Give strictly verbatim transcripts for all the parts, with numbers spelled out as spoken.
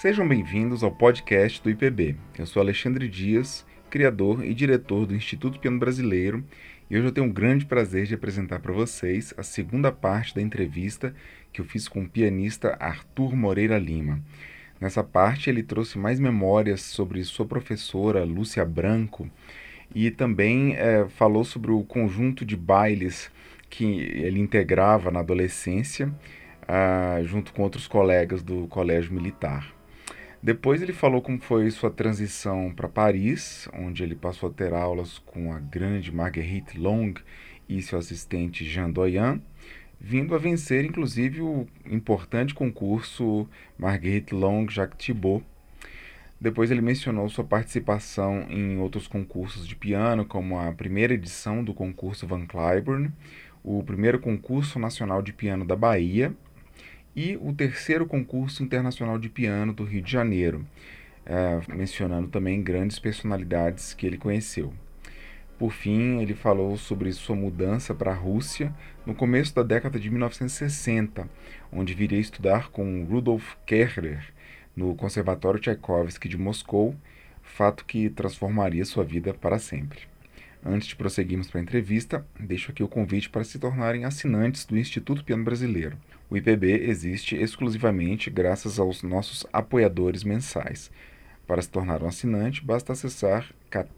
Sejam bem-vindos ao podcast do I P B. Eu sou Alexandre Dias, criador e diretor do Instituto Piano Brasileiro, e hoje eu tenho um grande prazer de apresentar para vocês a segunda parte da entrevista que eu fiz com o pianista Arthur Moreira Lima. Nessa parte ele trouxe mais memórias sobre sua professora Lúcia Branco e também é, falou sobre o conjunto de bailes que ele integrava na adolescência, ah, junto com outros colegas do Colégio Militar. Depois ele falou como foi sua transição para Paris, onde ele passou a ter aulas com a grande Marguerite Long e seu assistente Jean Doyen, vindo a vencer inclusive o importante concurso Marguerite Long Jacques Thibaud. Depois ele mencionou sua participação em outros concursos de piano, como a primeira edição do concurso Van Cliburn, o primeiro concurso nacional de piano da Bahia e o terceiro concurso internacional de piano do Rio de Janeiro, é, mencionando também grandes personalidades que ele conheceu. Por fim, ele falou sobre sua mudança para a Rússia no começo da década de mil novecentos e sessenta, onde viria estudar com Rudolf Kehrer no Conservatório Tchaikovsky de Moscou, fato que transformaria sua vida para sempre. Antes de prosseguirmos para a entrevista, deixo aqui o convite para se tornarem assinantes do Instituto Piano Brasileiro. O I P B existe exclusivamente graças aos nossos apoiadores mensais. Para se tornar um assinante, basta acessar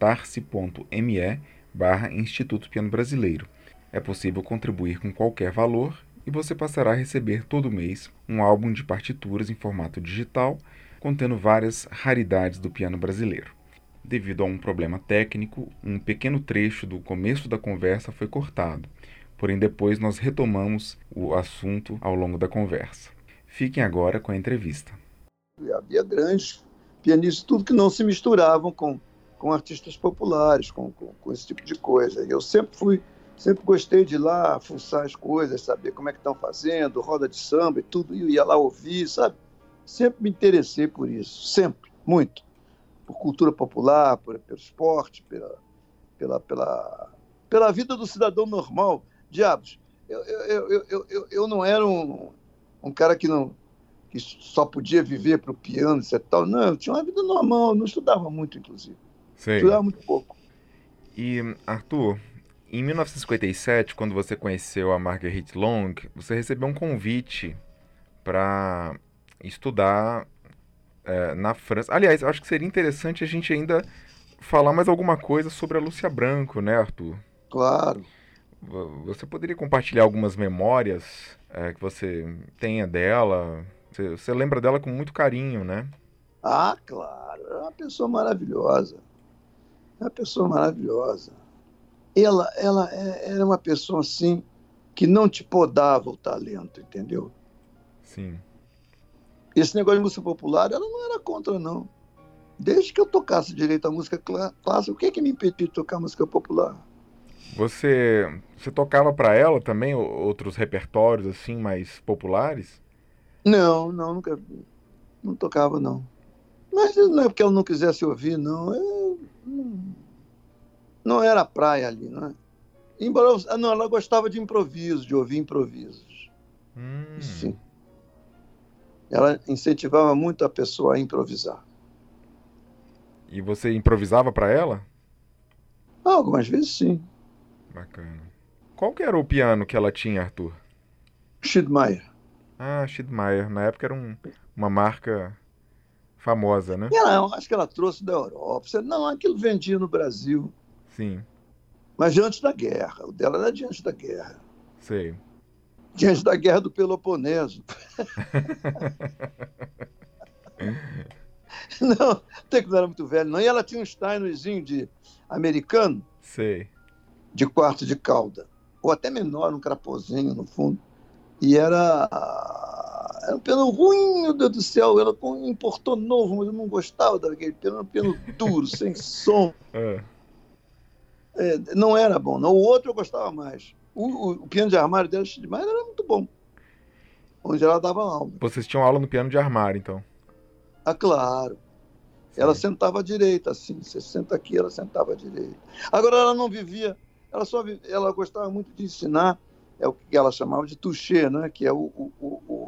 catarse.me barra Instituto Piano Brasileiro. É possível contribuir com qualquer valor e você passará a receber todo mês um álbum de partituras em formato digital, contendo várias raridades do piano brasileiro. Devido a um problema técnico, um pequeno trecho do começo da conversa foi cortado, porém depois nós retomamos o assunto ao longo da conversa. Fiquem agora com a entrevista. Havia grandes pianistas, tudo que não se misturavam com, com artistas populares, com, com, com esse tipo de coisa. Eu sempre fui, sempre gostei de ir lá fuçar as coisas, saber como é que estão fazendo, roda de samba e tudo, e eu ia lá ouvir, sabe? Sempre me interessei por isso, sempre, muito. Por cultura popular, por, pelo esporte, pela, pela, pela, pela vida do cidadão normal. Diabos, eu, eu, eu, eu, eu, eu não era um, um cara que, não, que só podia viver para o piano, etc. Tal. Não, eu tinha uma vida normal, eu não estudava muito, inclusive. Sei. Estudava muito pouco. E, Arthur, em mil novecentos e cinquenta e sete, quando você conheceu a Marguerite Long, você recebeu um convite para estudar é, na França. Aliás, eu acho que seria interessante a gente ainda falar mais alguma coisa sobre a Lúcia Branco, né, Arthur? Claro. Você poderia compartilhar algumas memórias é, que você tenha dela? Você, você lembra dela com muito carinho, né? Ah, claro. Era uma pessoa maravilhosa. Uma pessoa maravilhosa. Ela, ela era uma pessoa, assim, que não te podava o talento, entendeu? Sim. Esse negócio de música popular, ela não era contra, não. Desde que eu tocasse direito a música clássica, o que é que me impediu de tocar música popular? Você, você tocava para ela também outros repertórios assim mais populares? Não, não, nunca, não tocava, não. Mas não é porque ela não quisesse ouvir, não. Eu, não, não era a praia ali, não é? Embora eu, não, ela gostava de improviso, de ouvir improvisos. Hum. Sim. Ela incentivava muito a pessoa a improvisar. E você improvisava para ela? Ah, algumas vezes sim. Bacana. Qual que era o piano que ela tinha, Arthur? Schiedmayer. Ah, Schiedmayer. Na época era um, uma marca famosa, né? Ela, acho que ela trouxe da Europa. Não, aquilo vendia no Brasil. Sim. Mas diante da guerra. O dela era diante da guerra. Sei. Diante da guerra do Peloponeso. Não, até que não era muito velho, não. E ela tinha um Steinwayzinho de americano. Sei. De quarto de cauda. Ou até menor, um crapozinho no fundo. E era, era um piano ruim, meu Deus do céu. Ela importou novo, mas eu não gostava daquele piano. Era um piano duro, sem som. É. É, não era bom, não. O outro eu gostava mais. O, o, o piano de armário dela, Schiedmayer, era muito bom. Onde ela dava aula. Vocês tinham aula no piano de armário, então? Ah, claro. Sim. Ela sentava à direita, assim. Você senta aqui, ela sentava à direita. Agora, ela não vivia... Ela, só, ela gostava muito de ensinar, é o que ela chamava de toucher, né? Que é o, o, o,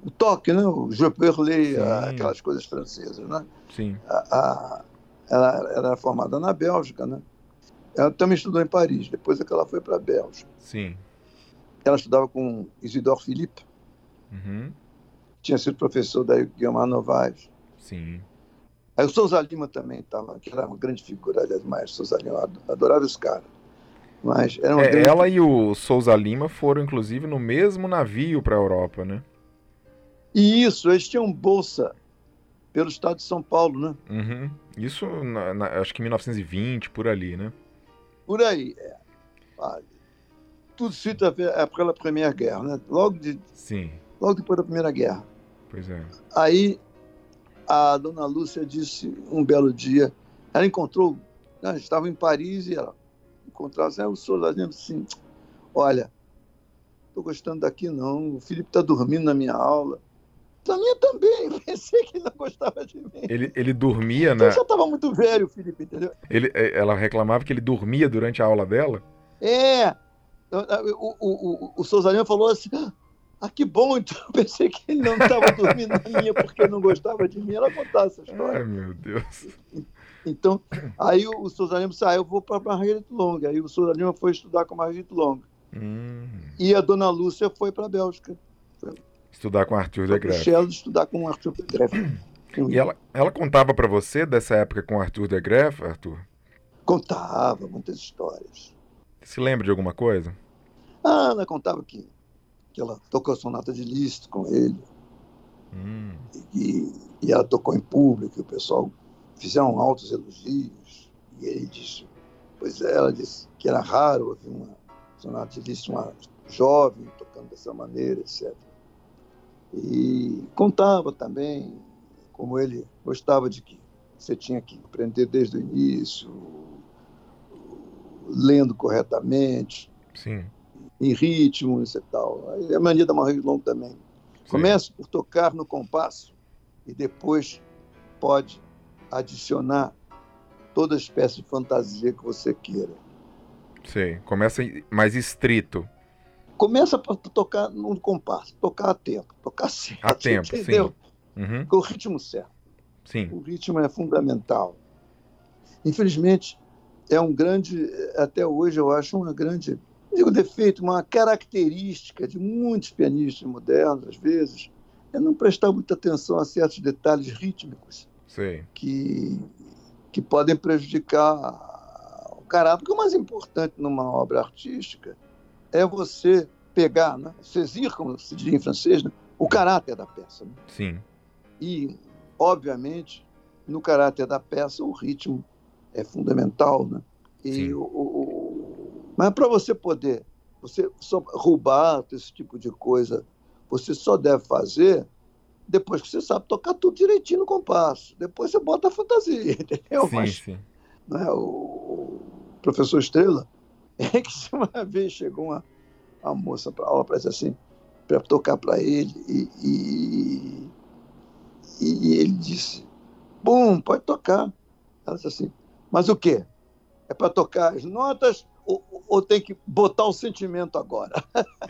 o toque, né? O je peux ler, aquelas coisas francesas, né? Sim. A, a, ela, ela era formada na Bélgica, né? Ela também estudou em Paris, depois é que ela foi para a Bélgica. Sim. Ela estudava com Isidore Philippe, Uhum. tinha sido professor da Guilherme Novaes. Sim. Aí o Souza Lima também estava, que era uma grande figura, aliás, mas Souza Lima, eu adorava esse cara. Mas era uma É, grande... ela e o Souza Lima foram, inclusive, no mesmo navio para a Europa, né? E isso, eles tinham bolsa pelo estado de São Paulo, né? Uhum. Isso, na, na, acho que em mil novecentos e vinte, por ali, né? Por aí, é. Tudo feito pela Primeira Guerra, né? Logo, de, Sim. logo depois da Primeira Guerra. Pois é. Aí a dona Lúcia disse um belo dia, ela encontrou, né, estava em Paris e ela encontrou assim, o senhor lá dizendo assim, olha, estou gostando daqui não, o Felipe está dormindo na minha aula. Na minha também, eu pensei que ele não gostava de mim. Ele, ele dormia Então na... já estava muito velho o Felipe, entendeu? Ele, ela reclamava que ele dormia durante a aula dela? É, o, o, o, o Souza Lima falou assim, ah, que bom, então eu pensei que ele não estava dormindo na minha porque não gostava de mim. Ela contava essa história. Ai, meu Deus. Então, aí o Souza Lima disse, ah, eu vou para Marguerite Long. Aí o Souza Lima foi estudar com a Marguerite Long. Hum. E a dona Lúcia foi para a Bélgica. Estudar com Arthur de Graaf. Foi estudar com Arthur de Graaf. E ela, ela contava para você dessa época com Arthur de Graaf, Arthur? Contava muitas histórias. Se lembra de alguma coisa? Ah, ela contava que, que ela tocou a sonata de Liszt com ele. Hum. E, e ela tocou em público, e o pessoal fizeram altos elogios. E ele disse, pois é, ela disse que era raro ouvir uma sonata de Liszt, uma jovem tocando dessa maneira, etcétera. E contava também como ele gostava de que você tinha que aprender desde o início, lendo corretamente, Sim. em ritmo e tal. A mania da Marguerite Long também. Sim. Comece por tocar no compasso e depois pode adicionar toda espécie de fantasia que você queira. Sim, começa mais estrito. Começa por tocar no compasso, tocar a tempo, tocar certo. A tempo, entendeu? Sim. Uhum. Com o ritmo certo. Sim. O ritmo é fundamental. Infelizmente, é um grande, até hoje eu acho uma grande, não digo defeito, uma característica de muitos pianistas modernos, às vezes, é não prestar muita atenção a certos detalhes rítmicos. Sim. Que, que podem prejudicar o caráter. Porque o mais importante numa obra artística é você pegar, né, saisir, como se diz em francês, né, o caráter da peça. Né? Sim. E, obviamente, no caráter da peça, o ritmo é fundamental. Né? E o, o, mas para você poder você só roubar esse tipo de coisa, você só deve fazer depois que você sabe tocar tudo direitinho no compasso. Depois você bota a fantasia, entendeu? Sim, mas, sim. Né, o professor Estrela, é que uma vez chegou uma, uma moça para aula, parece assim, para tocar para ele, e, e, e ele disse, bom, pode tocar. Ela disse assim, mas o quê? É para tocar as notas ou, ou tem que botar o sentimento agora?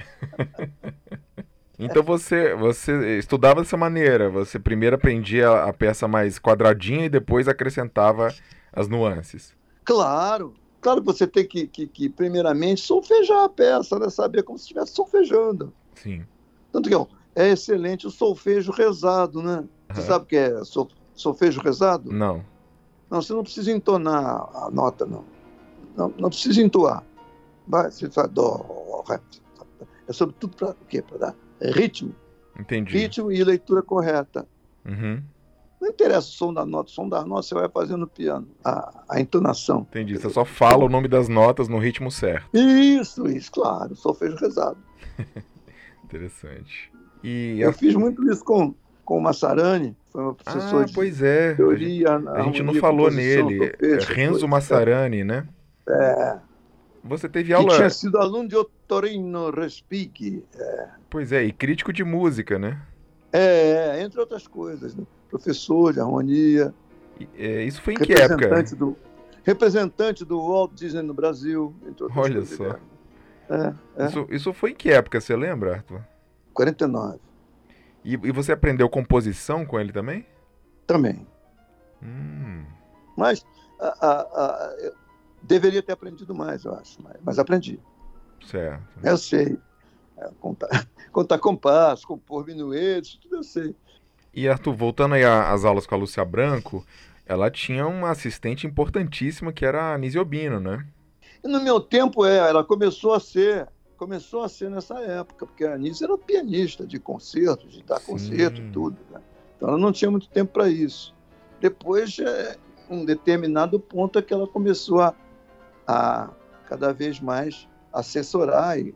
Então você, você estudava dessa maneira, você primeiro aprendia a peça mais quadradinha e depois acrescentava as nuances. Claro, claro que você tem que, que, que primeiramente, solfejar a peça, né? Saber como se estivesse solfejando. Sim. Tanto que ó, é excelente o solfejo rezado, né? Você uhum. sabe o que é sol, solfejo rezado? Não. Não, você não precisa entonar a nota, não. Não, não precisa entoar. Vai, você faz dó, ré. É sobretudo para o quê? Para dar ritmo. Entendi. Ritmo e leitura correta. Uhum. Não interessa o som da nota. O som da nota você vai fazendo no piano. A, a entonação. Entendi. Você só fala o nome das notas no ritmo certo. Isso, isso, claro. Solfejo rezado. Interessante. E Eu a... fiz muito isso com, com o Massarani. Foi meu professor ah, de pois é. teoria. A gente, a gente não falou nele. Solfejo, Renzo Massarani, né? É. Você teve aula... Que tinha sido aluno de Ottorino Respighi. É. Pois é, e crítico de música, né? É, entre outras coisas. Né? Professor de harmonia. E, é, isso foi em que época? Do, representante do Walt Disney no Brasil, entre outras Olha coisas. Olha só. É, é. Isso, isso foi em que época, você lembra, Arthur? quarenta e nove. E, e você aprendeu composição com ele também? Também. Hum. Mas a, a, a, eu deveria ter aprendido mais, eu acho, mas, mas aprendi. Certo. Eu sei. É, contar, contar compasso, compor minuetos, tudo eu sei. E Arthur, voltando aí às aulas com a Lúcia Branco, ela tinha uma assistente importantíssima que era a Anísia Obino, né? E no meu tempo, é, ela começou a ser, começou a ser nessa época, porque a Anísia era pianista de concertos, de dar Sim. concerto e tudo, né? Então ela não tinha muito tempo para isso. Depois, é, um determinado ponto é que ela começou a, a cada vez mais assessorar e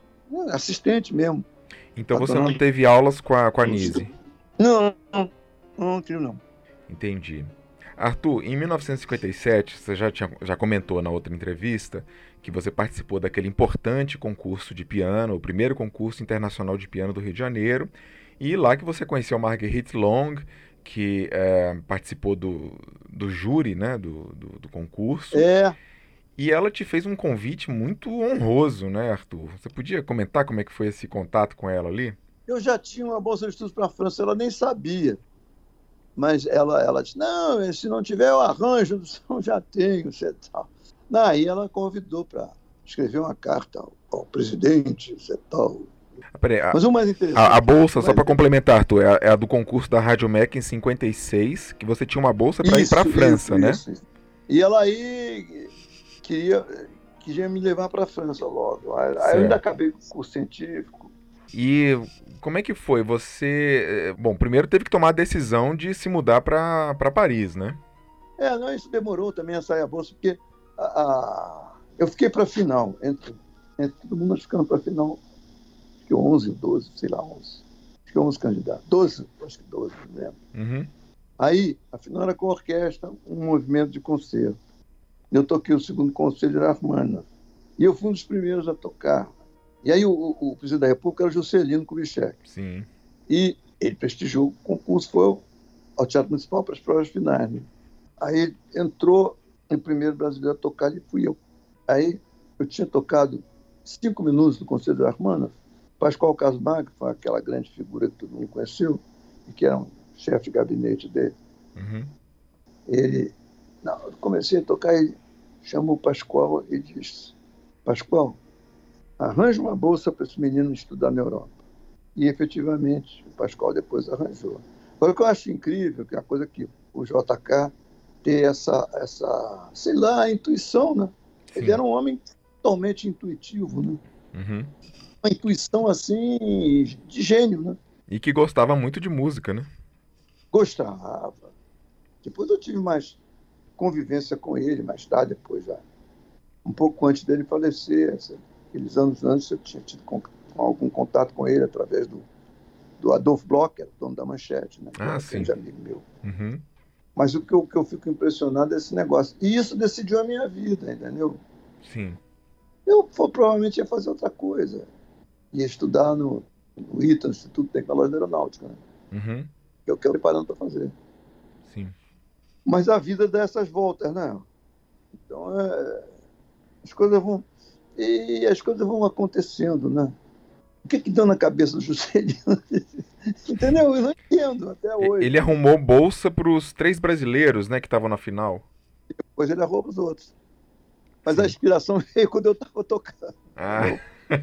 é, assistente mesmo. Então você não teve aulas com a, com a Anísia? Não, não, não tive não. Entendi. Arthur, em mil novecentos e cinquenta e sete, você já, tinha, já comentou na outra entrevista que você participou daquele importante concurso de piano, o primeiro concurso internacional de piano do Rio de Janeiro, e lá que você conheceu a Marguerite Long, que é, participou do, do júri, né, do, do, do concurso. É. E ela te fez um convite muito honroso, né, Arthur? Você podia comentar como é que foi esse contato com ela ali? Eu já tinha uma bolsa de estudos para a França, ela nem sabia. Mas ela, ela disse, não, se não tiver o arranjo, eu já tenho, etc. Daí ela convidou para escrever uma carta ao, ao presidente, etc. Ah, peraí, a, Mas o mais interessante... A, a bolsa, só para complementar, Arthur, é a, é a do concurso da Rádio M E C em cinquenta e seis, que você tinha uma bolsa para ir para a França, isso, né? Isso, isso. E ela aí queria, queria me levar para a França logo. Aí certo. Eu ainda acabei com o curso científico. E como é que foi? Você, bom, primeiro teve que tomar a decisão de se mudar para Paris, né? É, não, isso demorou também a sair a bolsa, porque a, a, eu fiquei para a final, entre, entre todo mundo ficando para a final, acho que onze, doze, sei lá, onze. Acho que onze candidatos. doze, acho que doze, não lembro. Uhum. Aí, a final era com a orquestra, um movimento de concerto. Eu toquei o segundo concerto de Rachmaninoff. E eu fui um dos primeiros a tocar. E aí o, o, o presidente da República era o Juscelino Kubitschek. Sim. E ele prestigiou o concurso, foi ao Teatro Municipal para as provas finais. Né? Aí entrou o primeiro brasileiro a tocar e fui eu. Aí eu tinha tocado cinco minutos do concerto de Rachmaninoff. Pascoal Casmag, que foi aquela grande figura que todo mundo conheceu, e que era um chefe de gabinete dele. Uhum. Ele, não, eu comecei a tocar e chamou o Pascoal e disse, Pascoal, arranja uma bolsa para esse menino estudar na Europa. E, efetivamente, o Pascoal depois arranjou. Agora, o que eu acho incrível, que é a coisa que o J K ter essa, essa, sei lá, intuição, né? Sim. Ele era um homem totalmente intuitivo, né? Uhum. Uma intuição, assim, de gênio, né? E que gostava muito de música, né? Gostava. Depois eu tive mais convivência com ele, mais tarde, depois já. Um pouco antes dele falecer, aqueles anos antes eu tinha tido com, com algum contato com ele através do, do Adolf Blocker, dono da Manchete, né? Ah, um sim. grande amigo meu. Uhum. Mas o que, eu, o que eu fico impressionado é esse negócio. E isso decidiu a minha vida, entendeu? Sim. Eu provavelmente ia fazer outra coisa. Ia estudar no, no I T A, Instituto de Tecnologia Aeronáutica, né? Uhum. Que eu quero preparando para fazer. Sim. Mas a vida dá essas voltas, né? Então, é, as coisas vão... E as coisas vão acontecendo, né? O que que deu na cabeça do Juscelino? Entendeu? Eu não entendo até hoje. Ele arrumou bolsa para os três brasileiros, né, que estavam na final. Depois ele arruma os outros. Mas Sim. A inspiração veio quando eu estava tocando. Ah.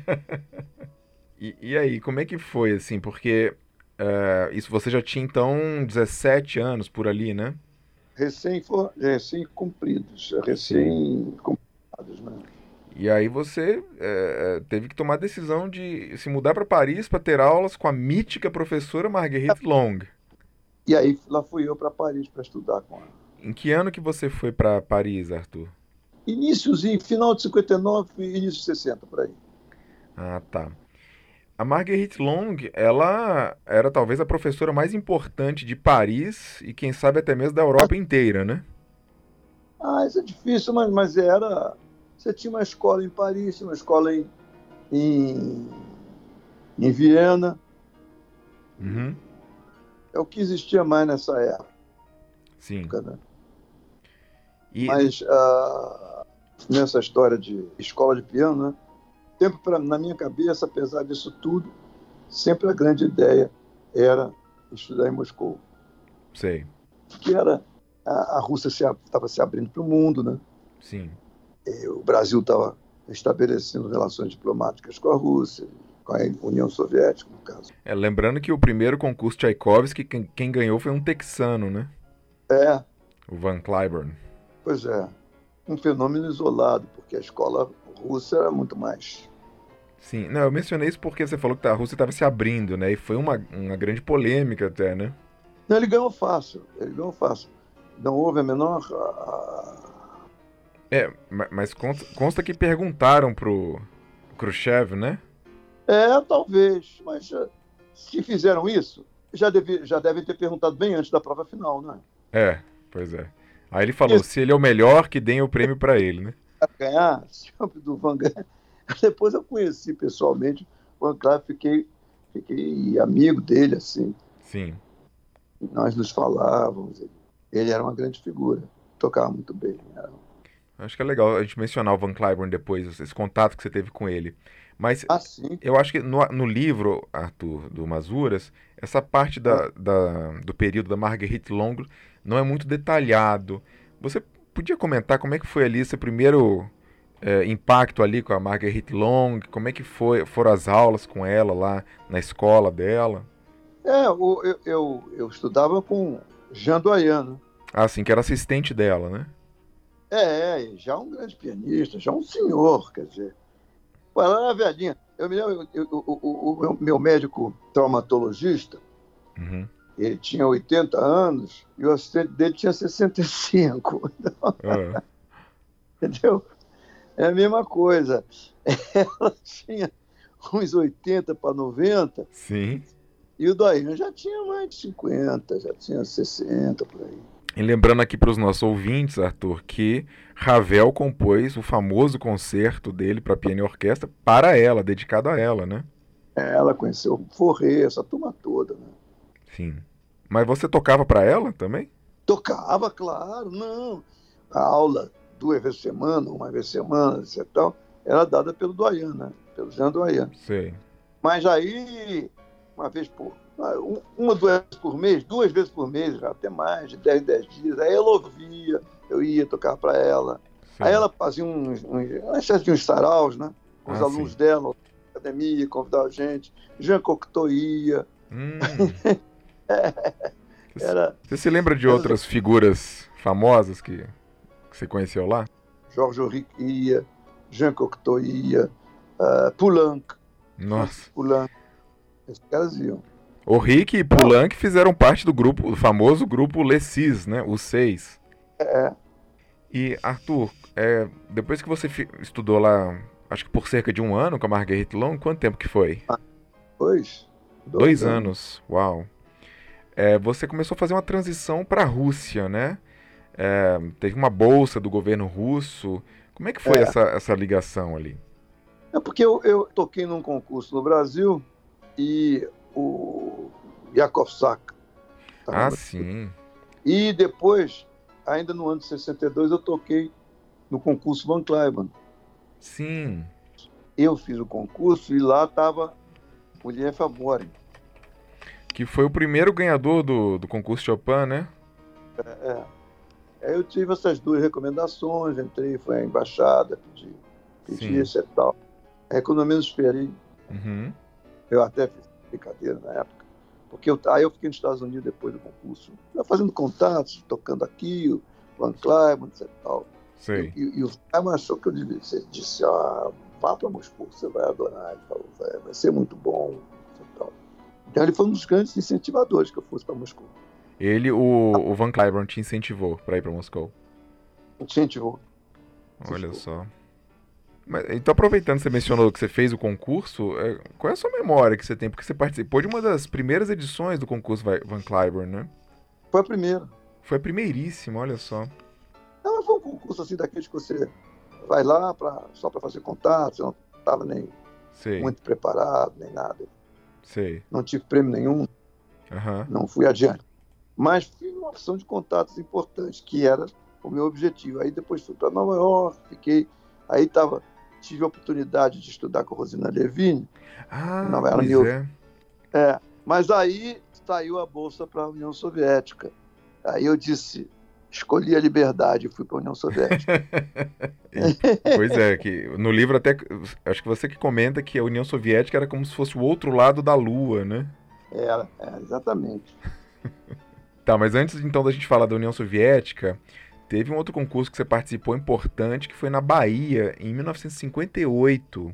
e, e aí, como é que foi, assim? Porque uh, isso você já tinha, então, dezessete anos por ali, né? Recém-cumpridos, recém-completados, né? E aí você é, teve que tomar a decisão de se mudar para Paris para ter aulas com a mítica professora Marguerite Long. E aí lá fui eu para Paris para estudar com ela. Em que ano que você foi para Paris, Arthur? Iníciozinho, final de cinquenta e nove e início de sessenta, por aí. Ah, tá. A Marguerite Long, ela era talvez a professora mais importante de Paris e quem sabe até mesmo da Europa inteira, né? Ah, isso é difícil, mas, mas era... Você tinha uma escola em Paris, uma escola em, em, em Viena. Uhum. É o que existia mais nessa época. Sim. Né? E... Mas uh, nessa história de escola de piano, né? Sempre pra, na minha cabeça, apesar disso tudo, sempre a grande ideia era estudar em Moscou. Sei. Que era, a, a Rússia estava se, se abrindo para o mundo, né? Sim. E o Brasil estava estabelecendo relações diplomáticas com a Rússia, com a União Soviética, no caso. É, lembrando que o primeiro concurso Tchaikovsky, quem, quem ganhou foi um texano, né? É. O Van Cliburn. Pois é. Um fenômeno isolado, porque a escola russa era muito mais... Sim, não, eu mencionei isso porque você falou que a Rússia estava se abrindo, né? E foi uma, uma grande polêmica até, né? Não, ele ganhou fácil, ele ganhou fácil. Não houve a menor... A... É, mas consta, consta que perguntaram pro Khrushchev, né? É, talvez, mas se fizeram isso, já, deve, já devem ter perguntado bem antes da prova final, né? É, pois é. Aí ele falou, isso. Se ele é o melhor, que deem o prêmio para ele, né? Ganhar, sempre do Van ganhar. Depois eu conheci pessoalmente o Van Cliburn, fiquei, fiquei amigo dele, assim. Sim. Nós nos falávamos, ele era uma grande figura, tocava muito bem. Era... Acho que é legal a gente mencionar o Van Cliburn depois, esse contato que você teve com ele. Mas ah, sim. Eu acho que no, no livro, Arthur, do Masuras, essa parte da, da, do período da Marguerite Long não é muito detalhado. Você podia comentar como é que foi ali esse primeiro é, impacto ali com a Marguerite Long? Como é que foi, foram as aulas com ela lá na escola dela? É, eu, eu, eu, eu estudava com Jean Doyen, né? Ah, sim, que era assistente dela, né? É, já um grande pianista, já um senhor, quer dizer. Pô, ela era velhinha. Eu me lembro, eu, eu, o, o meu médico traumatologista, uhum. ele tinha oitenta anos e o assistente dele tinha sessenta e cinco. Então, uhum. Entendeu? É a mesma coisa. Ela tinha uns oitenta para noventa. Sim. E o Doyen já tinha mais de cinquenta, já tinha sessenta, por aí. E lembrando aqui para os nossos ouvintes, Arthur, que Ravel compôs o famoso concerto dele para piano e orquestra para ela, dedicado a ela, né? Ela conheceu o Fauré, essa turma toda, né? Sim. Mas você tocava para ela também? Tocava, claro, não. A aula duas vezes por semana, uma vez por semana, etc. Tal, era dada pelo Doyen, né? Pelo Jean Doyen. Sei. Mas aí, uma vez por... uma, duas vezes por mês, duas vezes por mês, até mais, de dez, dez dias. Aí ela ouvia, eu ia tocar para ela. Sim. Aí ela fazia uns, uns, uns, uns saraus, né? Com os ah, alunos sim. dela, na academia, convidava a gente. Jean Cocteau ia. Hum. é, era... Você se lembra de outras figuras famosas que, que você conheceu lá? Georges Auric ia, Jean Cocteau ia, uh, Poulenc. Nossa. Poulenc. Esses caras iam. O Rick e Poulenc fizeram parte do grupo, do famoso grupo Les Six, né? Os Seis. É. E, Arthur, é, depois que você fi- estudou lá, acho que por cerca de um ano com a Marguerite Long, quanto tempo que foi? Ah, dois. Dois, dois anos. anos, uau. É, você começou a fazer uma transição para a Rússia, né? É, teve uma bolsa do governo russo. Como é que foi é. essa, essa ligação ali? É porque eu, eu toquei num concurso no Brasil e o Yakov Sak. Ah, sim. E depois, ainda no ano de sessenta e dois, eu toquei no concurso Van Cliburn. Sim. Eu fiz o concurso e lá estava o Lief Amorim. Que foi o primeiro ganhador do, do concurso Chopin, né? É, é. Aí eu tive essas duas recomendações, entrei, fui à embaixada, pedi, pedi isso e tal. Aí quando eu menos esperei, uhum. eu até fiz brincadeira na época, porque eu, aí eu fiquei nos Estados Unidos depois do concurso, fazendo contatos, tocando aqui, o Van Cliburn, etc e tal. Sei. E, e, e o Cliburn achou que eu devia, você disse, ah, vá para Moscou, você vai adorar, ele falou, vai, vai ser muito bom, etc e tal. Então ele foi um dos grandes incentivadores que eu fosse para Moscou. Ele, o, o Van Cliburn, te incentivou para ir para Moscou? Incentivou. Olha incentivou. Só. Mas, então, aproveitando que você mencionou que você fez o concurso, é, qual é a sua memória que você tem? Porque você participou de uma das primeiras edições do concurso Van Cliburn, né? Foi a primeira. Foi a primeiríssima, olha só. Não, mas foi um concurso assim daqueles que você vai lá pra, só para fazer contato, você não estava nem Sei. muito preparado, nem nada. Sei. Não tive prêmio nenhum, uhum. Não fui adiante. Mas fiz uma opção de contatos importantes, que era o meu objetivo. Aí depois fui para Nova York, fiquei... Aí tava, tive a oportunidade de estudar com a Rosina Levine. Ah, Nova pois York. é. É, Mas aí saiu a bolsa para a União Soviética. Aí eu disse, escolhi a liberdade e fui para a União Soviética. E, pois é, que no livro até, acho que você que comenta que a União Soviética era como se fosse o outro lado da Lua, né? Era, é, exatamente. Tá, mas antes então da gente falar da União Soviética, teve um outro concurso que você participou importante, que foi na Bahia, em mil novecentos e cinquenta e oito.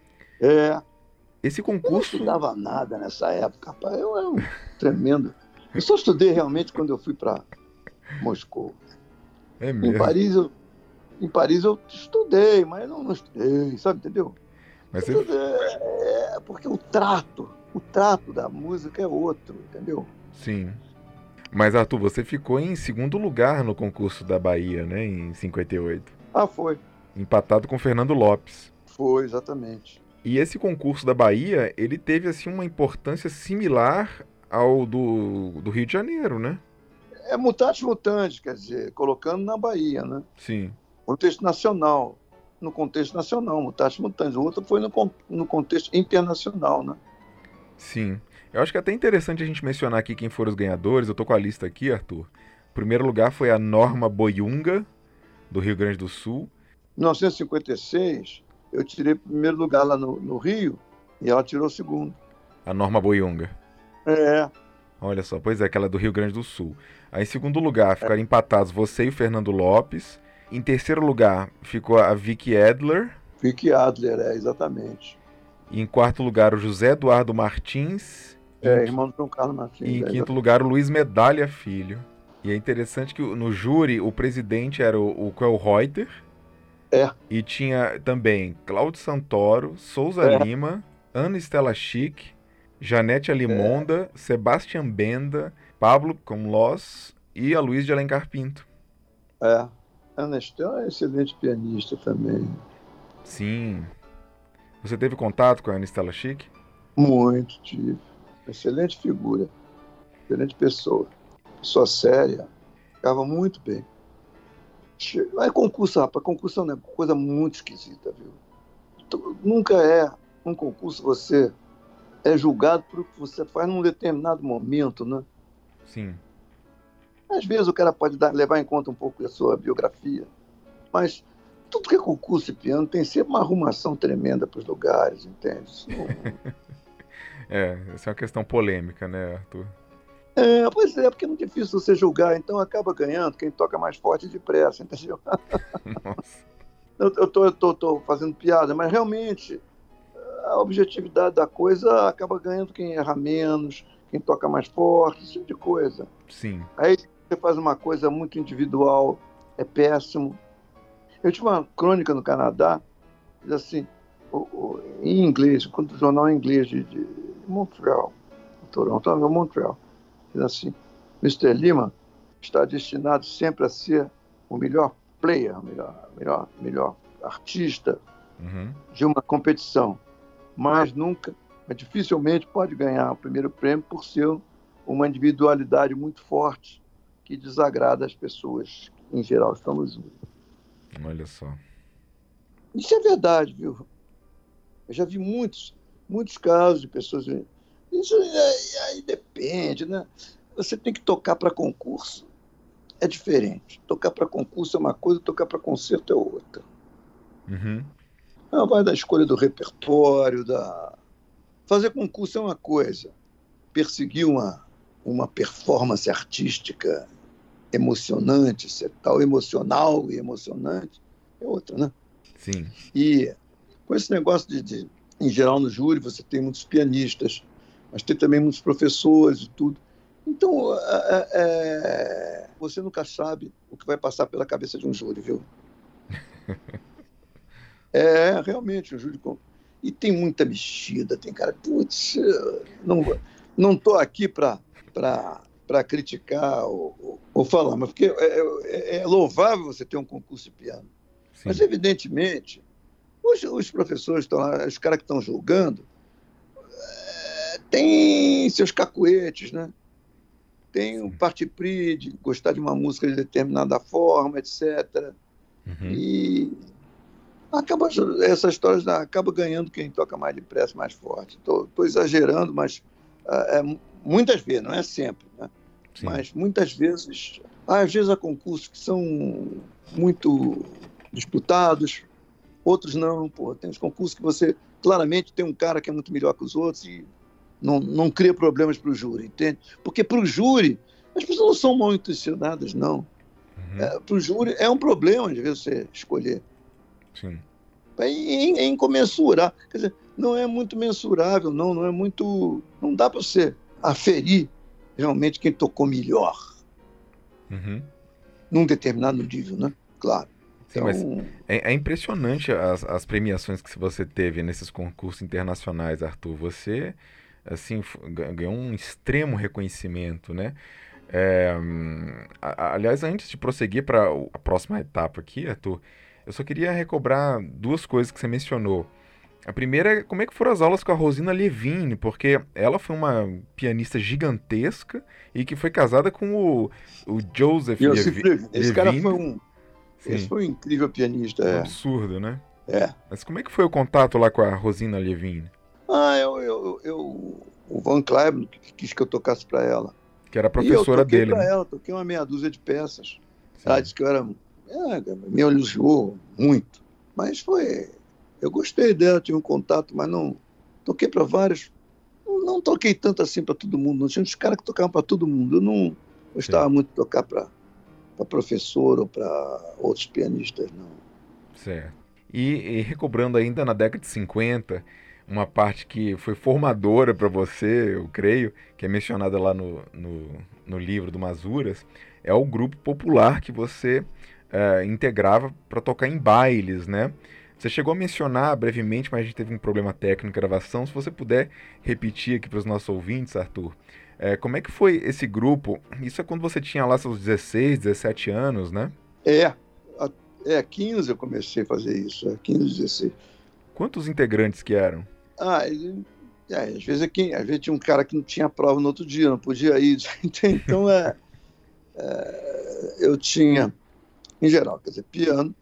É, Esse eu não concurso... estudava nada nessa época, rapaz. Eu era um tremendo. Eu só estudei realmente quando eu fui para Moscou. É Em mesmo. Paris, eu, em Paris eu estudei, mas não, não estudei, sabe, entendeu? Mas você... Estudei, é, porque o trato, o trato da música é outro, entendeu? Sim. Mas, Arthur, você ficou em segundo lugar no concurso da Bahia, né, em cinquenta e oito. Ah, foi. Empatado com Fernando Lopes. Foi, exatamente. E esse concurso da Bahia, ele teve, assim, uma importância similar ao do, do Rio de Janeiro, né? É mutatis mutandis, quer dizer, colocando na Bahia, né? Sim. Contexto nacional. No contexto nacional, mutatis mutandis. O outro foi no, no contexto internacional, né? Sim. Eu acho que é até interessante a gente mencionar aqui quem foram os ganhadores. Eu tô com a lista aqui, Arthur. O primeiro lugar foi a Norma Boyunga, do Rio Grande do Sul. Em mil novecentos e cinquenta e seis, eu tirei primeiro lugar lá no, no Rio e ela tirou o segundo. A Norma Boyunga. É. Olha só, pois é, aquela do Rio Grande do Sul. Aí em segundo lugar ficaram é. empatados você e o Fernando Lopes. Em terceiro lugar ficou a Vicky Adler. Vicky Adler, é, exatamente. E em quarto lugar o José Eduardo Martins. É, irmão do João Carlos Martins. E em é, quinto exatamente. lugar o Luiz Medalha Filho. E é interessante que no júri o presidente era o, o Coel Reuter. É. E tinha também Cláudio Santoro, Souza é. Lima, Ana Estela Chic, Janete Alimonda, é. Sebastião Benda, Pablo Comlos e a Luiz de Alencar Pinto. É. Ana Estela é excelente pianista também. Sim. Você teve contato com a Ana Estela Chic? Muito, tive. Excelente figura. Excelente pessoa. Pessoa séria. Ficava muito bem. Mas concurso, rapaz, concurso é uma coisa muito esquisita, viu? Então, nunca é um concurso, você é julgado por o que você faz num determinado momento, né? Sim. Às vezes o cara pode dar, levar em conta um pouco a sua biografia, mas tudo que é concurso e piano tem sempre uma arrumação tremenda para os lugares, entende? Isso não... É, essa é uma questão polêmica, né, Arthur? É, pois é, porque é muito difícil você julgar, então acaba ganhando quem toca mais forte e depressa, entendeu? Nossa. Eu, eu, tô, eu tô, tô fazendo piada, mas realmente a objetividade da coisa acaba ganhando quem erra menos, quem toca mais forte, esse tipo de coisa. Sim. Aí você faz uma coisa muito individual, é péssimo. Eu tive uma crônica no Canadá, diz assim, o, o, em inglês, quando o jornal em inglês de, de Montreal, Toronto, Montreal, diz assim, mister Lima está destinado sempre a ser o melhor player, o melhor, melhor, melhor artista uhum. de uma competição, mas nunca, mas dificilmente pode ganhar o primeiro prêmio por ser uma individualidade muito forte que desagrada as pessoas que, em geral, estão no júri. Olha só. Isso é verdade, viu? Eu já vi muitos, muitos casos de pessoas... Isso aí, aí depende, né? Você tem que tocar para concurso. É diferente. Tocar para concurso é uma coisa, tocar para concerto é outra. Uhum. Não, vai da escolha do repertório, da... Fazer concurso é uma coisa. Perseguir uma, uma performance artística emocionante, ser tal emocional e emocionante, é outra, né? Sim. E com esse negócio de, de, em geral, no júri, você tem muitos pianistas, mas tem também muitos professores e tudo. Então, é, é, você nunca sabe o que vai passar pela cabeça de um júri, viu? É, realmente, um júri... E tem muita mexida, tem cara... Putz, não não estou aqui para criticar ou, ou, ou falar, mas porque é, é, é louvável você ter um concurso de piano. Sim. Mas, evidentemente, os, os professores estão lá, os caras que estão julgando, é, têm seus cacuetes, né? Tem um parti-pris de gostar de uma música de determinada forma, etcétera. Uhum. E acaba, essa história acaba ganhando quem toca mais depressa, mais forte. Estou exagerando, mas É, muitas vezes, não é sempre, né? Mas muitas vezes, às vezes há concursos que são muito disputados, outros não. Pô, tem os concursos que você claramente tem um cara que é muito melhor que os outros e não, não cria problemas para o júri, entende? Porque para o júri, as pessoas não são mal intencionadas, não. Uhum. É, para o júri é um problema, às vezes, você escolher. Sim. É, é incomensurável. Quer dizer, não é muito mensurável, não, não é muito. Não dá para você aferir realmente quem tocou melhor. Uhum. Num determinado nível, né? Claro. Sim, então... mas é, é impressionante as, as premiações que você teve nesses concursos internacionais, Arthur. Você, assim, ganhou um extremo reconhecimento, né? É, aliás, antes de prosseguir para a próxima etapa aqui, Arthur, eu só queria recobrar duas coisas que você mencionou. A primeira é como é que foram as aulas com a Rosina Levine, porque ela foi uma pianista gigantesca e que foi casada com o, o Joseph Levi, Levine. Esse cara foi um, esse foi um incrível pianista. Um é. absurdo, né? É. Mas como é que foi o contato lá com a Rosina Levine? Ah, eu, eu, eu o Van Cliburn quis que eu tocasse para ela. Que era a professora e eu toquei dele. Para né? ela, toquei uma meia dúzia de peças. Sim. Ela disse que eu era. É, me elogiou muito. Mas foi. Eu gostei dela, tive um contato, mas não. Toquei para vários. Não, não toquei tanto assim para todo mundo. Não tinha uns caras que tocavam para todo mundo. Eu não gostava Sim. muito de tocar para professor ou para outros pianistas, não. Certo. E, e recobrando ainda na década de cinquenta, uma parte que foi formadora para você, eu creio, que é mencionada lá no, no, no livro do Masuras, é o grupo popular que você uh, integrava para tocar em bailes, né? Você chegou a mencionar brevemente, mas a gente teve um problema técnico na gravação. Se você puder repetir aqui para os nossos ouvintes, Arthur, é, como é que foi esse grupo? Isso é quando você tinha lá seus dezesseis, dezessete anos, né? É, é quinze eu comecei a fazer isso, é quinze, dezesseis. Quantos integrantes que eram? Ah, é, às vezes aqui, às vezes tinha um cara que não tinha prova no outro dia, não podia ir. Então, é, é, eu tinha, em geral, quer dizer, piano,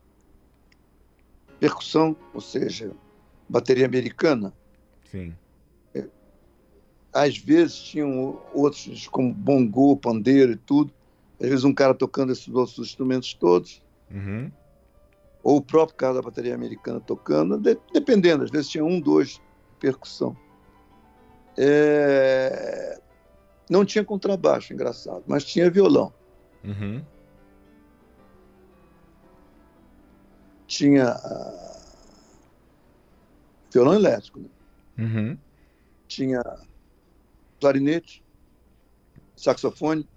percussão, ou seja, bateria americana. Sim. Às vezes tinham outros como bongô, pandeiro e tudo. Às vezes um cara tocando esses outros instrumentos todos. Uhum. Ou o próprio cara da bateria americana tocando, de, dependendo. Às vezes tinha um, dois, percussão. É... Não tinha contrabaixo, engraçado, mas tinha violão. Uhum. Tinha uh, violão elétrico, né? Uhum. Tinha clarinete, saxofone,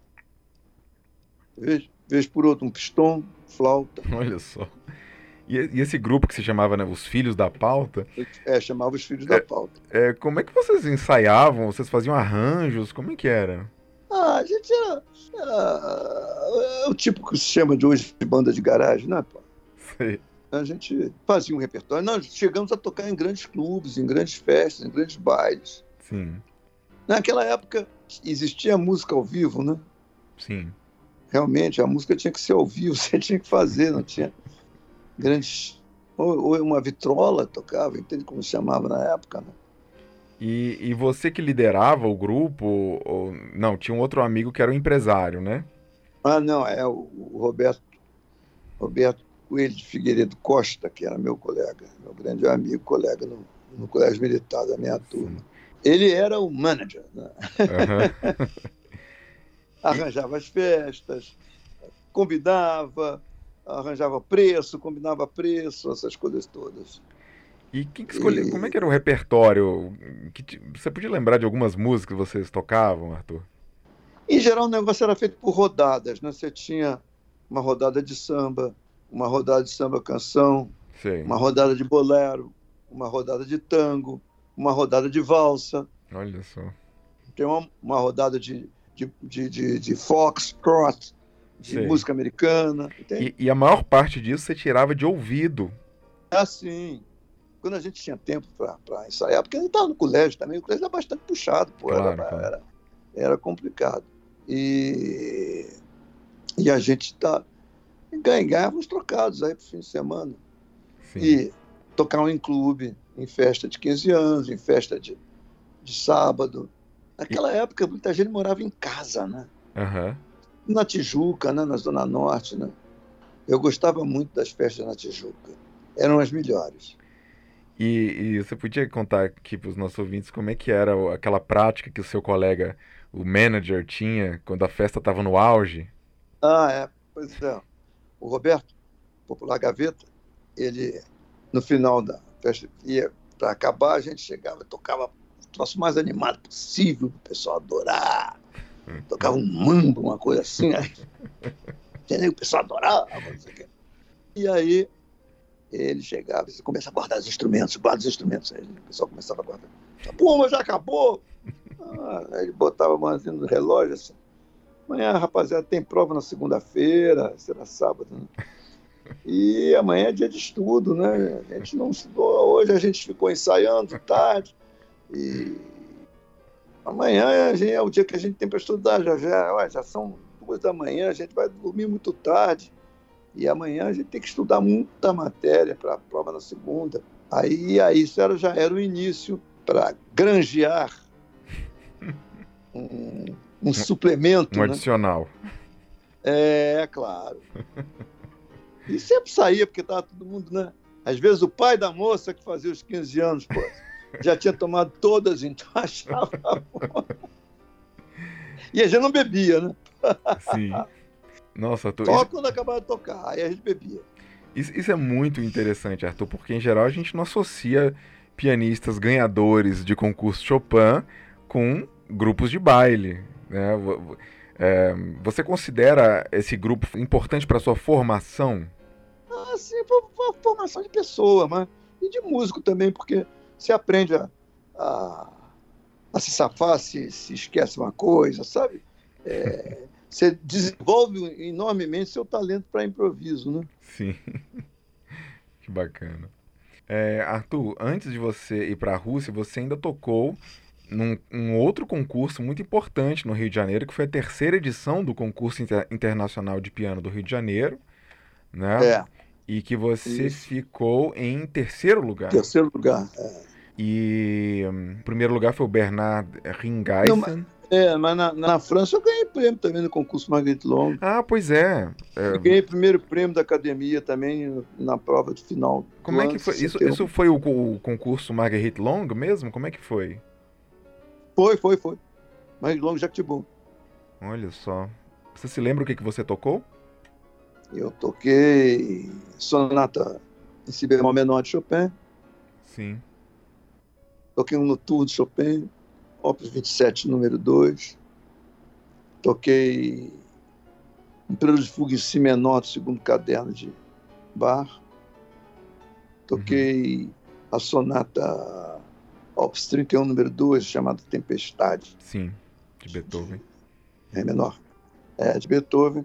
vez, vez por outro um pistão, flauta. Olha só. E, e esse grupo que se chamava, né, os Filhos da Pauta? É, chamava os Filhos é, da Pauta. É, como é que vocês ensaiavam? Vocês faziam arranjos? Como é que era? Ah, a gente era, era é o tipo que se chama de hoje de banda de garagem, né, pô? Sei. A gente fazia um repertório. Nós chegamos a tocar em grandes clubes, em grandes festas, em grandes bailes. Sim. Naquela época existia música ao vivo, né? Sim. Realmente, a música tinha que ser ao vivo, você tinha que fazer, não tinha grandes... Ou, ou uma vitrola tocava, entende como se chamava na época, né? E, e você que liderava o grupo, ou... não, tinha um outro amigo que era um empresário, né? Ah, não, é o, o Roberto, Roberto Coelho de Figueiredo Costa, que era meu colega, meu grande amigo, colega no, no Colégio Militar da minha turma. Sim. Ele era o manager, né? Uhum. Arranjava as festas, convidava, arranjava preço, combinava preço, essas coisas todas. E quem que escolheu? E... Como é que era o repertório? Que, você podia lembrar de algumas músicas que vocês tocavam, Arthur? Em geral, o negócio era feito por rodadas, né? Você tinha uma rodada de samba, uma rodada de samba-canção, uma rodada de bolero, uma rodada de tango, uma rodada de valsa. Olha só. Tem uma, uma rodada de, de, de, de, de foxtrot, de Sei. música americana. E, e a maior parte disso você tirava de ouvido. Ah, sim. Quando a gente tinha tempo para ensaiar, porque a gente estava no colégio também, o colégio era bastante puxado, pô, claro, era, claro. Era, era complicado. E, e a gente tá, ganhava uns trocados aí pro fim de semana. Sim. E tocavam em clube, em festa de quinze anos, em festa de, de sábado. E, Naquela época, muita gente morava em casa, né? aham. Na Tijuca, né? Na Zona Norte, né? Eu gostava muito das festas na Tijuca. Eram as melhores. E, e você podia contar aqui para os nossos ouvintes como é que era o- aquela prática que o seu colega, o manager, tinha quando a festa estava no auge? Ah, é. Pois é. O Roberto, popular Gaveta, ele, no final da festa, ia para acabar, a gente chegava, tocava o troço mais animado possível, o pessoal adorar. Tocava um mambo, uma coisa assim, aí, entendeu? O pessoal adorava, não sei o quê. E aí ele chegava e começa a guardar os instrumentos, guarda os instrumentos. Aí o pessoal começava a guardar. Pô, mas já acabou! Ah, aí ele botava a mãozinha no relógio assim. Amanhã, rapaziada, tem prova na segunda-feira, será sábado, né? E amanhã é dia de estudo, né? A gente não estudou, hoje a gente ficou ensaiando tarde. E amanhã é, é o dia que a gente tem para estudar. Já, já, já são duas da manhã, a gente vai dormir muito tarde. E amanhã a gente tem que estudar muita matéria para a prova na segunda. Aí, aí isso era, já era o início para granjear um, um Um suplemento, né? adicional. É, claro. E sempre saía, porque estava todo mundo, né? Às vezes o pai da moça que fazia os quinze anos, pô, já tinha tomado todas, então achava bom. E a gente não bebia, né? Sim. Nossa, Arthur, Só isso, quando acabava de tocar, aí a gente bebia. isso, isso é muito interessante, Arthur, porque em geral a gente não associa pianistas ganhadores de concurso Chopin com grupos de baile, né? Vo- vo- é, você considera esse grupo importante para sua formação? Assim, foi uma formação de pessoa, mas e de músico também, porque você aprende a, a, a se safar, se, se esquece uma coisa, sabe? É, você desenvolve enormemente seu talento para improviso, né? Sim, que bacana. É, Arthur, antes de você ir para a Rússia, você ainda tocou num um outro concurso muito importante no Rio de Janeiro, que foi a terceira edição do concurso Inter- internacional de piano do Rio de Janeiro, né? É, E que você isso. ficou em terceiro lugar. Terceiro lugar. É. E hum, o primeiro lugar foi o Bernard Não, mas, Ringaysen. é, mas na, na França eu ganhei prêmio também no concurso Marguerite Long. Ah, pois é. E É, ganhei primeiro prêmio da academia também na prova de final do como é ano que de foi? Isso, sessenta e um. isso foi o, o concurso Marguerite Long mesmo? Como é que foi? Foi, foi, foi. Marguerite Long Jacques. Olha só. Você se lembra o que, que você tocou? Eu toquei sonata em si bemol menor de Chopin, Sim. toquei um noturno de Chopin, Opus vinte e sete, número dois, toquei um prelude de fuga em si menor do segundo caderno de Bach, Uhum. toquei a sonata Opus trinta e um, número dois, chamada Tempestade, Sim, de de Beethoven. Ré menor, é, de Beethoven,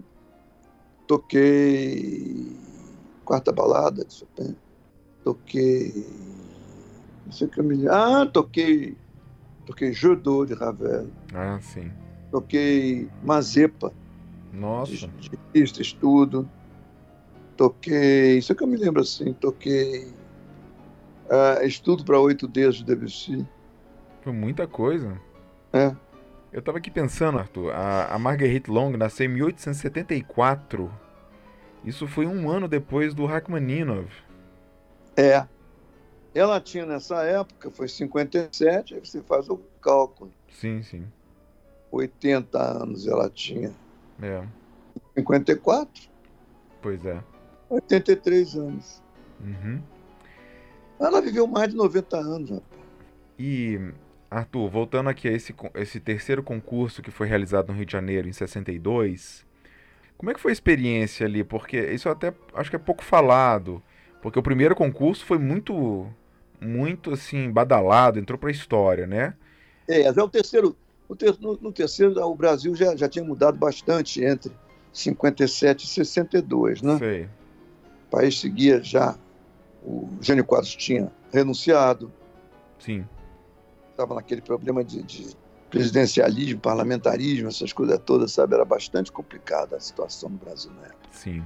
toquei Quarta Balada de Chopin, toquei. Não sei o que eu me lembro. Ah, toquei. Toquei Jodô de Ravel. Ah, sim. Toquei Mazepa de, Nossa, de Liszt, Estudo. Toquei. Isso é que eu me lembro assim. Toquei ah, Estudo para Oito Dedos de Debussy. foi muita coisa. É, Eu tava aqui pensando, Arthur, a, a Marguerite Long nasceu em mil oitocentos e setenta e quatro. Isso foi um ano depois do Rachmaninoff. é. Ela tinha nessa época, foi cinquenta e sete, aí você faz o cálculo. Sim, sim. oitenta anos ela tinha. É, cinquenta e quatro, pois é. oitenta e três anos. Uhum. Ela viveu mais de noventa anos, rapaz. E, Arthur, voltando aqui a esse, con- esse terceiro concurso que foi realizado no Rio de Janeiro em sessenta e dois, como é que foi a experiência ali? Porque isso eu até acho que é pouco falado. Porque o primeiro concurso foi muito, muito assim, badalado, entrou pra história, né? É, já o terceiro, o ter, no, no terceiro, o Brasil já, já tinha mudado bastante entre cinquenta e sete e sessenta e dois, né? Sei. O país seguia já, o Jânio Quadros tinha renunciado, Sim, estava naquele problema de, de presidencialismo, parlamentarismo, essas coisas todas, sabe? Era bastante complicada a situação no Brasil na época. sim.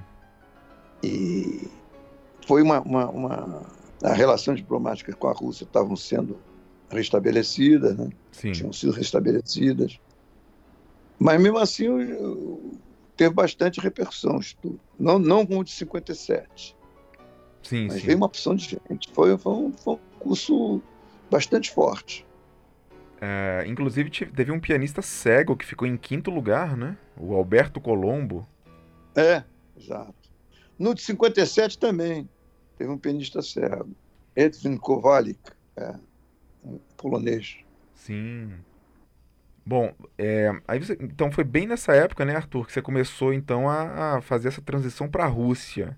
E foi uma, uma, uma... A relação diplomática com a Rússia estavam sendo restabelecidas, né? Sim. Tinham sido restabelecidas. Mas, mesmo assim, eu, teve bastante repercussão o estudo. Não, não como o de cinquenta e sete. Sim, Mas sim. veio uma opção de gente. Foi, foi, um, foi um curso bastante forte. É, inclusive, teve um pianista cego que ficou em quinto lugar, né? O Alberto Colombo. É, exato. No de cinquenta e sete também teve um pianista cego. Edwin Kowalik, é, um polonês. Sim. Bom, é, aí você, então foi bem nessa época, né, Arthur, que você começou então a, a fazer essa transição para a Rússia.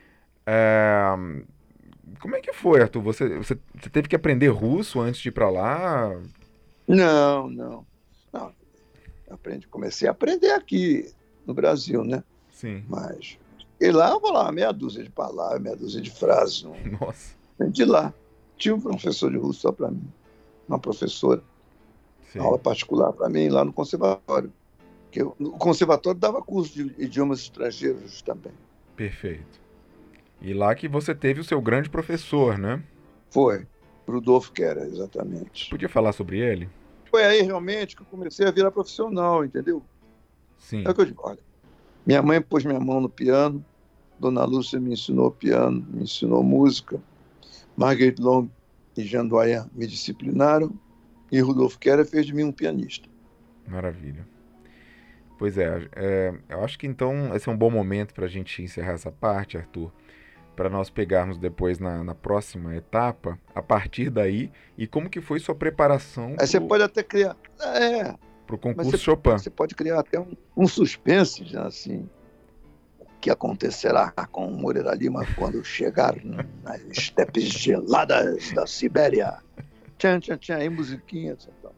É, como é que foi, Arthur? Você, você, você teve que aprender russo antes de ir para lá? Não, não. não aprendi, comecei a aprender aqui no Brasil, né? Sim. Mas e lá eu vou lá, meia dúzia de palavras, meia dúzia de frases. Não... Nossa. De lá. Tinha um professor de russo só para mim, uma professora, Sim. aula particular para mim lá no conservatório. Que eu, o conservatório dava curso de idiomas estrangeiros também. Perfeito. E lá que você teve o seu grande professor, né? Foi, Rudolf Kehrer, exatamente. Você podia falar sobre ele? Foi aí realmente que eu comecei a virar profissional, entendeu? Sim. É o que eu digo, olha, minha mãe pôs minha mão no piano, Dona Lúcia me ensinou piano, me ensinou música, Marguerite Long e Jean Doyen me disciplinaram e Rudolf Kehrer fez de mim um pianista. Maravilha. Pois é, é, eu acho que então esse é um bom momento para a gente encerrar essa parte, Arthur, para nós pegarmos depois na, na próxima etapa, a partir daí, e como que foi sua preparação Aí pro, você pode até criar... É, pro concurso você, Chopin. Você pode criar até um, um suspense, já, assim, o que acontecerá com o Moreira Lima quando chegar nas estepes geladas da Sibéria. Tchan, tchan, tchan, aí musiquinha. Então.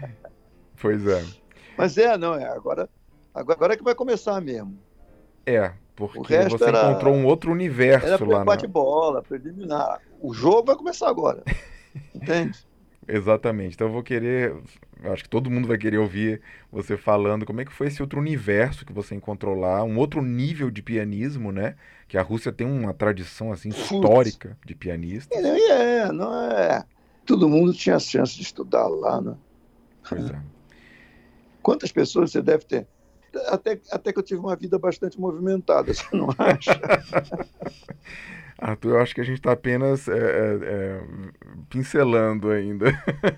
Pois é. Mas é, não, é, agora, agora é que vai começar mesmo. É, porque você era, encontrou um outro universo era lá. bate-bola, preliminar. O jogo vai começar agora, entende? Exatamente. Então eu vou querer, eu acho que todo mundo vai querer ouvir você falando como é que foi esse outro universo que você encontrou lá, um outro nível de pianismo, né? Que a Rússia tem uma tradição assim histórica de pianistas. É, é, não é. Todo mundo tinha chance de estudar lá, né? Pois é. Quantas pessoas você deve ter? Até, até que eu tive uma vida bastante movimentada, você não acha? Arthur, eu acho que a gente está apenas é, é, pincelando ainda.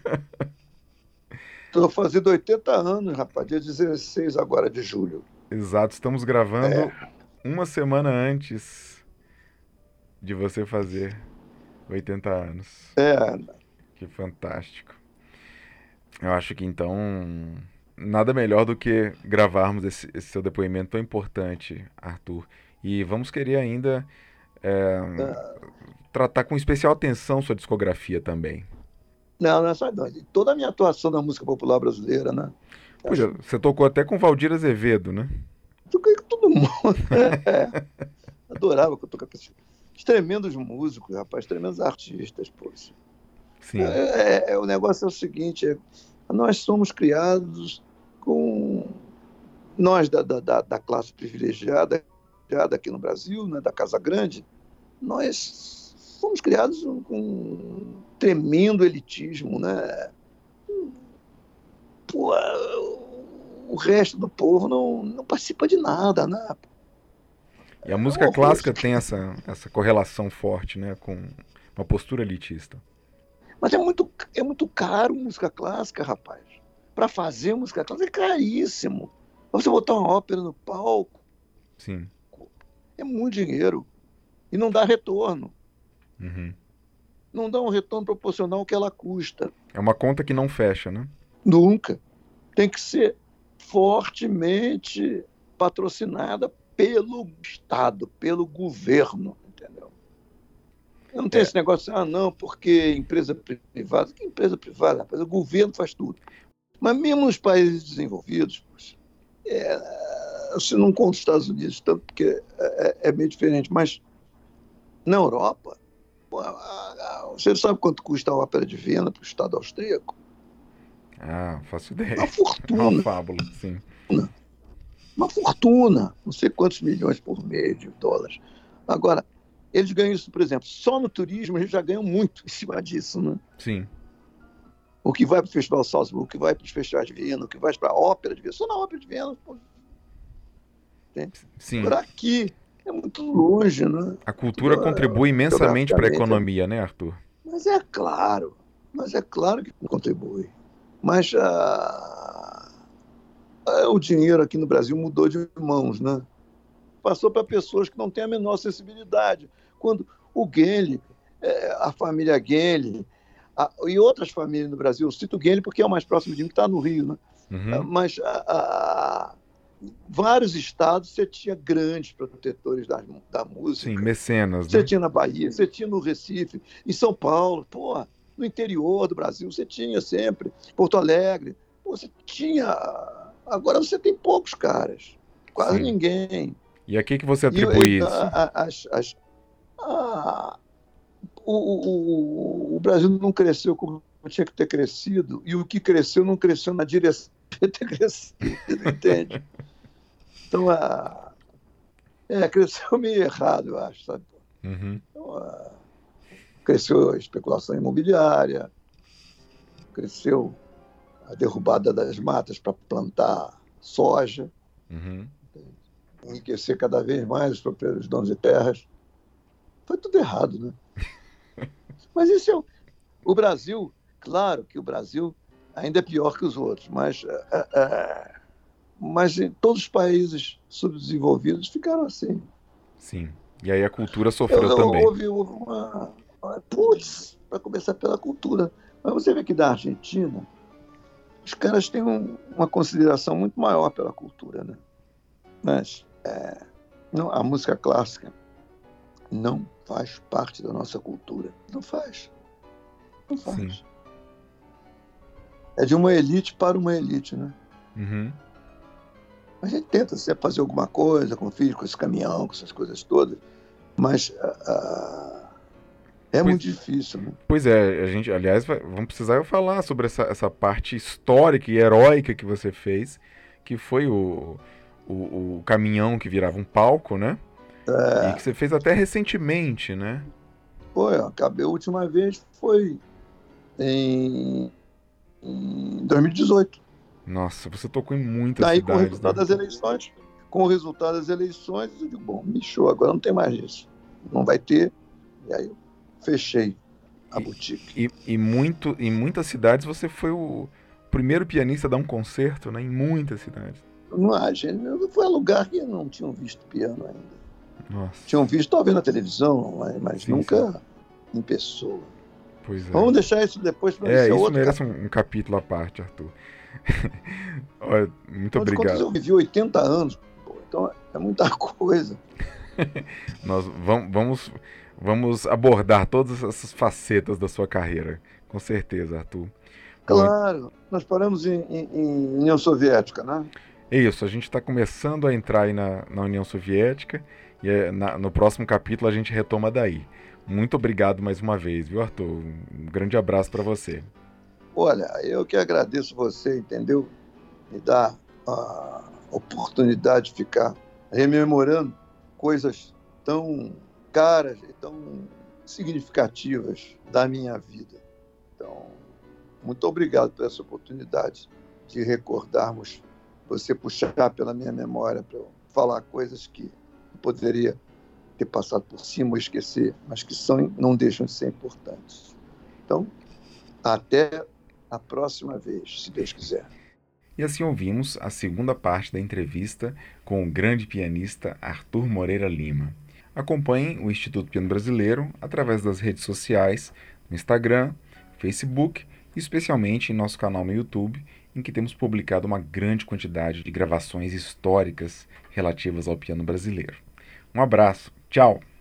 Estou fazendo oitenta anos, rapaz, dia dezesseis agora de julho. Exato, estamos gravando é. uma semana antes de você fazer oitenta anos. É. Que fantástico. Eu acho que então nada melhor do que gravarmos esse, esse seu depoimento tão importante, Arthur. E vamos querer ainda é, é. tratar com especial atenção sua discografia também. Não, não é só não. Toda a minha atuação na música popular brasileira, né? Pois é, você tocou até com Valdir Azevedo, né? Toquei com todo mundo. É. Adorava que eu tocasse com esses tremendos músicos, rapaz, tremendos artistas, poxa. Sim. É, é, o negócio é o seguinte, é, nós somos criados com... Nós da, da, da classe privilegiada aqui no Brasil, né, da Casa Grande, nós fomos criados com um tremendo elitismo, né? Pô, o resto do povo não, não participa de nada, né? E a música é clássica tem essa, essa correlação forte, né, com uma postura elitista. Mas é muito, é muito caro música clássica, rapaz. Para fazer música clássica é caríssimo. Pra você botar uma ópera no palco, sim, é muito dinheiro. E não dá retorno. Uhum. Não dá um retorno proporcional ao que ela custa. É uma conta que não fecha, né? Nunca. Tem que ser fortemente patrocinada pelo Estado, pelo governo, entendeu? Não tem é. esse negócio, ah, não, porque empresa privada. Que empresa privada? Rapaz, o governo faz tudo. Mas mesmo nos países desenvolvidos, é, você não conta os Estados Unidos tanto, porque é, é meio diferente, mas na Europa, pô, a, a, você sabe quanto custa a ópera de Viena para o Estado austríaco? Ah, faço ideia. Uma fortuna. Uma fábula, sim. Uma fortuna, não sei quantos milhões por mês de dólares. Agora, eles ganham isso, por exemplo, só no turismo eles já ganham muito em cima disso, né? Sim. o que vai para o Festival Salzburg, o que vai para os festivais de Viena, o que vai para a Ópera de Viena, só na Ópera de Viena. Pô. Sim. Por aqui é muito longe, né? A cultura contribui imensamente para a economia, né, Arthur? Mas é claro, mas é claro que contribui. Mas ah, o dinheiro aqui no Brasil mudou de mãos, né? Passou para pessoas que não têm a menor sensibilidade. Quando o Guenli, a família Guenli, a, e outras famílias no Brasil, eu cito o Guenli porque é o mais próximo de mim, que está no Rio, né? Uhum. Mas a, a, vários estados você tinha grandes protetores da, da música. Sim, mecenas. Você né? tinha na Bahia, você tinha no Recife, em São Paulo, pô, no interior do Brasil, você tinha sempre, Porto Alegre, pô, você tinha. Agora você tem poucos caras, quase Sim. ninguém. E a que, que você atribui e, isso? A, a, as, as, a, o, o, o Brasil não cresceu como tinha que ter crescido, e o que cresceu não cresceu na direção de ter crescido, entende? Então, a, é, cresceu meio errado, eu acho, sabe? Uhum. Então, a, cresceu a especulação imobiliária, cresceu a derrubada das matas para plantar soja, uhum. enriquecer cada vez mais os proprietários donos de terras. Foi tudo errado, né? Mas isso é o, o Brasil, claro que o Brasil ainda é pior que os outros, mas, é, é, mas em todos os países subdesenvolvidos ficaram assim. Sim, e aí a cultura sofreu eu, eu, também. Houve uma... Putz, para começar pela cultura. Mas você vê que da Argentina, os caras têm um, uma consideração muito maior pela cultura, né? Mas é, não, a música clássica não faz parte da nossa cultura. Não faz. Não faz. Sim. É de uma elite para uma elite, né? Uhum. A gente tenta sempre fazer alguma coisa com filhos, com esse caminhão, com essas coisas todas, mas uh, é pois, muito difícil, né? Pois é, a gente, aliás, vai, vamos precisar eu falar sobre essa, essa parte histórica e heróica que você fez, que foi o, o, o caminhão que virava um palco, né? É. E que você fez até recentemente, né? Foi, eu acabei a última vez, foi em, em dois mil e dezoito. Nossa, você tocou em muitas Daí, cidades. com o resultado né? das eleições, com o resultado das eleições, eu digo, bom, me show, agora não tem mais isso. Não vai ter. E aí eu fechei a boutique. E, e, muito, em muitas cidades você foi o primeiro pianista a dar um concerto, né? Em muitas cidades. Não, a gente foi lugar que não tinham visto piano ainda. Nossa. Tinham visto talvez na televisão, mas sim, nunca sim. em pessoa. Pois é. Vamos deixar isso depois para É, isso outro merece um, um capítulo à parte, Arthur. Olha, muito Afinal obrigado. Contas, eu vivi oitenta anos, pô, então é muita coisa. Nós vamos, vamos, vamos abordar todas essas facetas da sua carreira, com certeza, Arthur. Claro, Bom, nós paramos em, em, em União Soviética, né? É isso, a gente está começando a entrar aí na, na União Soviética e é, na, no próximo capítulo a gente retoma daí. Muito obrigado mais uma vez, viu, Arthur? Um grande abraço para você. Olha, eu que agradeço você, entendeu? Me dar a oportunidade de ficar rememorando coisas tão caras e tão significativas da minha vida. Então, muito obrigado por essa oportunidade de recordarmos, você puxar pela minha memória para eu falar coisas que eu poderia ter passado por cima ou esquecer, mas que são, não deixam de ser importantes. Então, até a próxima vez, se Deus quiser. E assim ouvimos a segunda parte da entrevista com o grande pianista Arthur Moreira Lima. Acompanhem o Instituto Piano Brasileiro através das redes sociais, no Instagram, Facebook e especialmente em nosso canal no YouTube, em que temos publicado uma grande quantidade de gravações históricas relativas ao piano brasileiro. Um abraço, tchau!